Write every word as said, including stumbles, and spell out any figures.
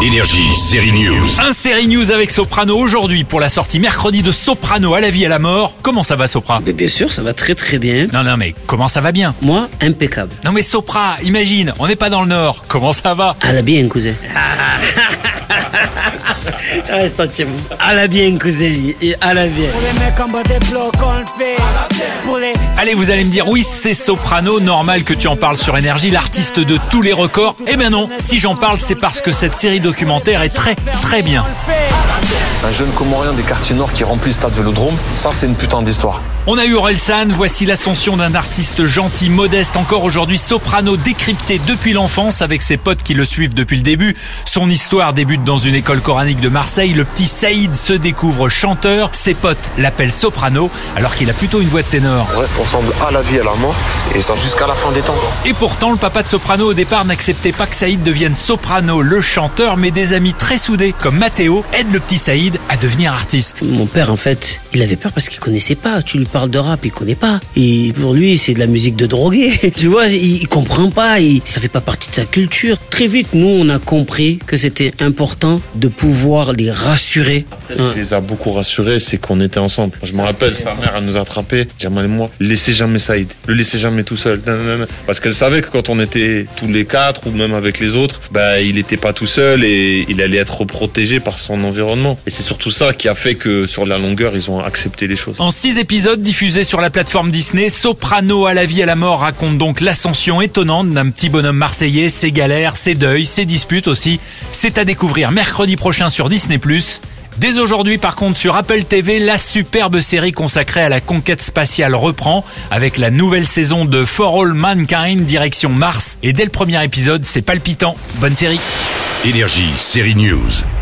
Énergie, série News. Un série News avec Soprano aujourd'hui pour la sortie mercredi de Soprano à la vie à la mort. Comment ça va, Sopra? Mais bien sûr, ça va très très bien. Non, non, mais comment ça va bien? Moi, impeccable. Non, mais Sopra, imagine, on n'est pas dans le Nord. Comment ça va? À la bien, cousin. Attends, tiens. À la bien, cousin. Et à la bien. Allez, vous allez me dire, oui, c'est Soprano, normal que tu en parles sur Énergie, l'artiste de tous les records. Eh ben non, si j'en parle, c'est parce que cette série documentaire est très, très bien. Un jeune Comorien des quartiers nord qui remplit le stade Vélodrome, ça c'est une putain d'histoire. On a eu Orelsan, voici l'ascension d'un artiste gentil, modeste, encore aujourd'hui Soprano, décrypté depuis l'enfance avec ses potes qui le suivent depuis le début. Son histoire débute dans une école coranique de Marseille, le petit Saïd se découvre chanteur, ses potes l'appellent Soprano alors qu'il a plutôt une voix de ténor. On reste ensemble à la vie, à la mort, et ça jusqu'à la fin des temps. Et pourtant, le papa de Soprano au départ n'acceptait pas que Saïd devienne Soprano, le chanteur, mais des amis très soudés comme Mathéo aident le petit Saïd à devenir artiste. Mon père, en fait, il avait peur parce qu'il connaissait pas. Tu lui parles de rap, il connaît pas. Et pour lui, c'est de la musique de drogué. Tu vois, il, il comprend pas. Et ça fait pas partie de sa culture. Très vite, nous, on a compris que c'était important de pouvoir les rassurer. Après, ce qui les a beaucoup rassurés, c'est qu'on était ensemble. Je me rappelle, sa mère, elle nous a attrapés. Jamal et moi, laissez jamais Saïd. Le laissez jamais tout seul. Parce qu'elle savait que quand on était tous les quatre, ou même avec les autres, bah, il était pas tout seul et il allait être protégé par son environnement. Et c'est surtout ça qui a fait que, sur la longueur, ils ont accepté les choses. En six épisodes diffusés sur la plateforme Disney, Soprano à la vie à la mort raconte donc l'ascension étonnante d'un petit bonhomme marseillais, ses galères, ses deuils, ses disputes aussi. C'est à découvrir mercredi prochain sur Disney plus. Dès aujourd'hui, par contre, sur Apple T V, la superbe série consacrée à la conquête spatiale reprend avec la nouvelle saison de For All Mankind direction Mars. Et dès le premier épisode, c'est palpitant. Bonne série. Énergie, série News.